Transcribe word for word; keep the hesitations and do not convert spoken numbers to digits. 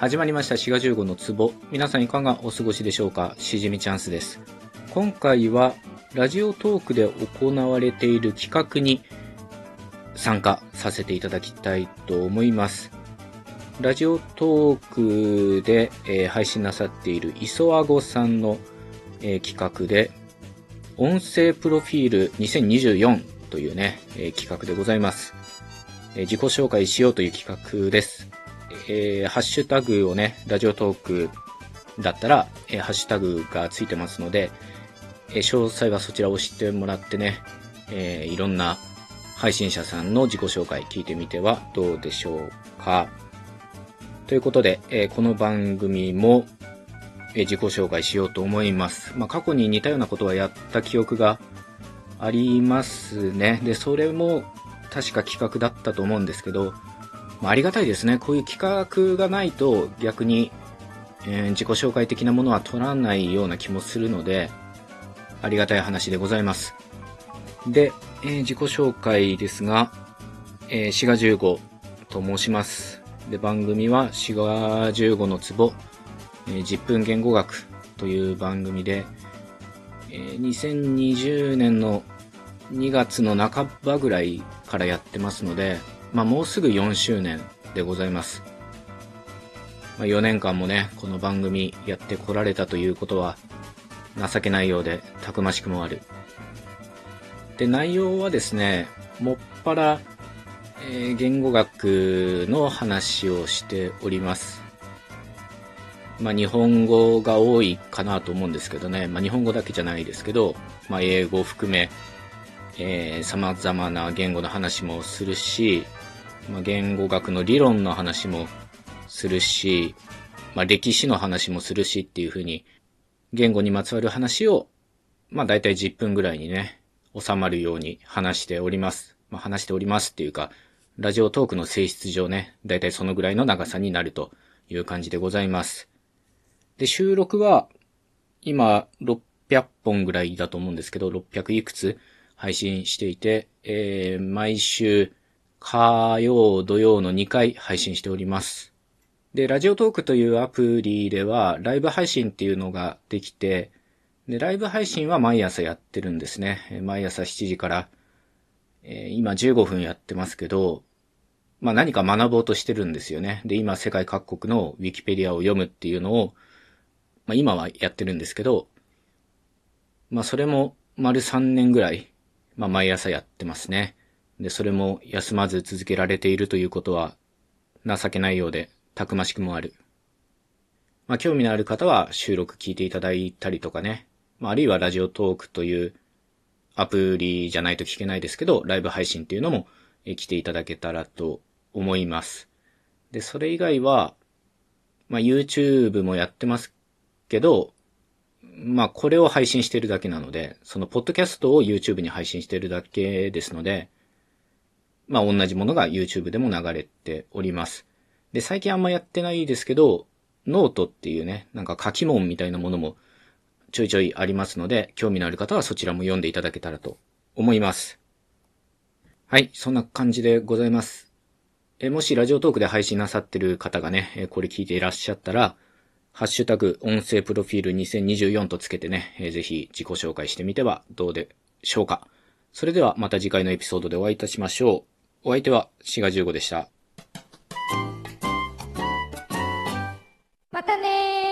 始まりましたしがじゅうごの壺。皆さんいかがお過ごしでしょうか。しじみチャンスです。今回はラジオトークで行われている企画に参加させていただきたいと思います。ラジオトークで、えー、配信なさっている磯あごさんの、えー、企画で音声プロフィールにせんにじゅうよんというね、えー、企画でございます、えー。自己紹介しようという企画です。えー、ハッシュタグをね、ラジオトークだったら、えー、ハッシュタグがついてますので、えー、詳細はそちらを押してもらってね、えー、いろんな配信者さんの自己紹介聞いてみてはどうでしょうか。ということで、えー、この番組も、えー、自己紹介しようと思います。まあ、過去に似たようなことはやった記憶がありますね。で、それも確か企画だったと思うんですけど、まあ、ありがたいですね。こういう企画がないと逆に、えー、自己紹介的なものは取らないような気もするので、ありがたい話でございます。で、えー、自己紹介ですが、えー、しがじゅうごと申します。で、番組はしがじゅうごの壺、えー、じゅっぷん言語学という番組で、えー、にせんにじゅうねんのにがつの半ばぐらいからやってますので、まあ、もうすぐよんしゅうねんでございます。まあ、よねんかんもね、この番組やってこられたということは情けないようでたくましくもある。で、内容はですね、もっぱら、えー、言語学の話をしております。まあ、日本語が多いかなと思うんですけどね、まあ、日本語だけじゃないですけど、まあ、英語を含め、えー、様々な言語の話もするし、まあ、言語学の理論の話もするし、まあ、歴史の話もするしっていう風に、言語にまつわる話を、まあ、だいたいじゅっぷんぐらいにね、収まるように話しております。まあ、話しておりますっていうか、ラジオトークの性質上ね、だいたいそのぐらいの長さになるという感じでございます。で、収録は、今、ろっぴゃっぽんぐらいだと思うんですけど、ろっぴゃくいくつ配信していて、えー、毎週、火曜、土曜のにかい配信しております。で、ラジオトークというアプリでは、ライブ配信っていうのができて、で、ライブ配信は毎朝やってるんですね。毎朝しちじから、えー、今じゅうごふんやってますけど、まあ何か学ぼうとしてるんですよね。で、今世界各国のウィキペディアを読むっていうのを、まあ今はやってるんですけど、まあそれも丸さんねんぐらい、まあ毎朝やってますね。で、それも休まず続けられているということは情けないようでたくましくもある。まあ興味のある方は収録聞いていただいたりとかね。まああるいはラジオトークというアプリじゃないと聞けないですけど、ライブ配信っていうのも来ていただけたらと思います。で、それ以外は、まあ YouTube もやってますけど、まあこれを配信してるだけなので、そのポッドキャストを YouTube に配信してるだけですので、まあ同じものが YouTube でも流れております。で、最近あんまやってないですけど、ノートっていうね、なんか書き物みたいなものもちょいちょいありますので、興味のある方はそちらも読んでいただけたらと思います。はい、そんな感じでございます。えもしラジオトークで配信なさってる方がね、これ聞いていらっしゃったら、ハッシュタグ音声プロフィールにせんにじゅうよんとつけてね、ぜひ自己紹介してみてはどうでしょうか。それではまた次回のエピソードでお会いいたしましょう。お相手はしがじゅうごでした。 またねー。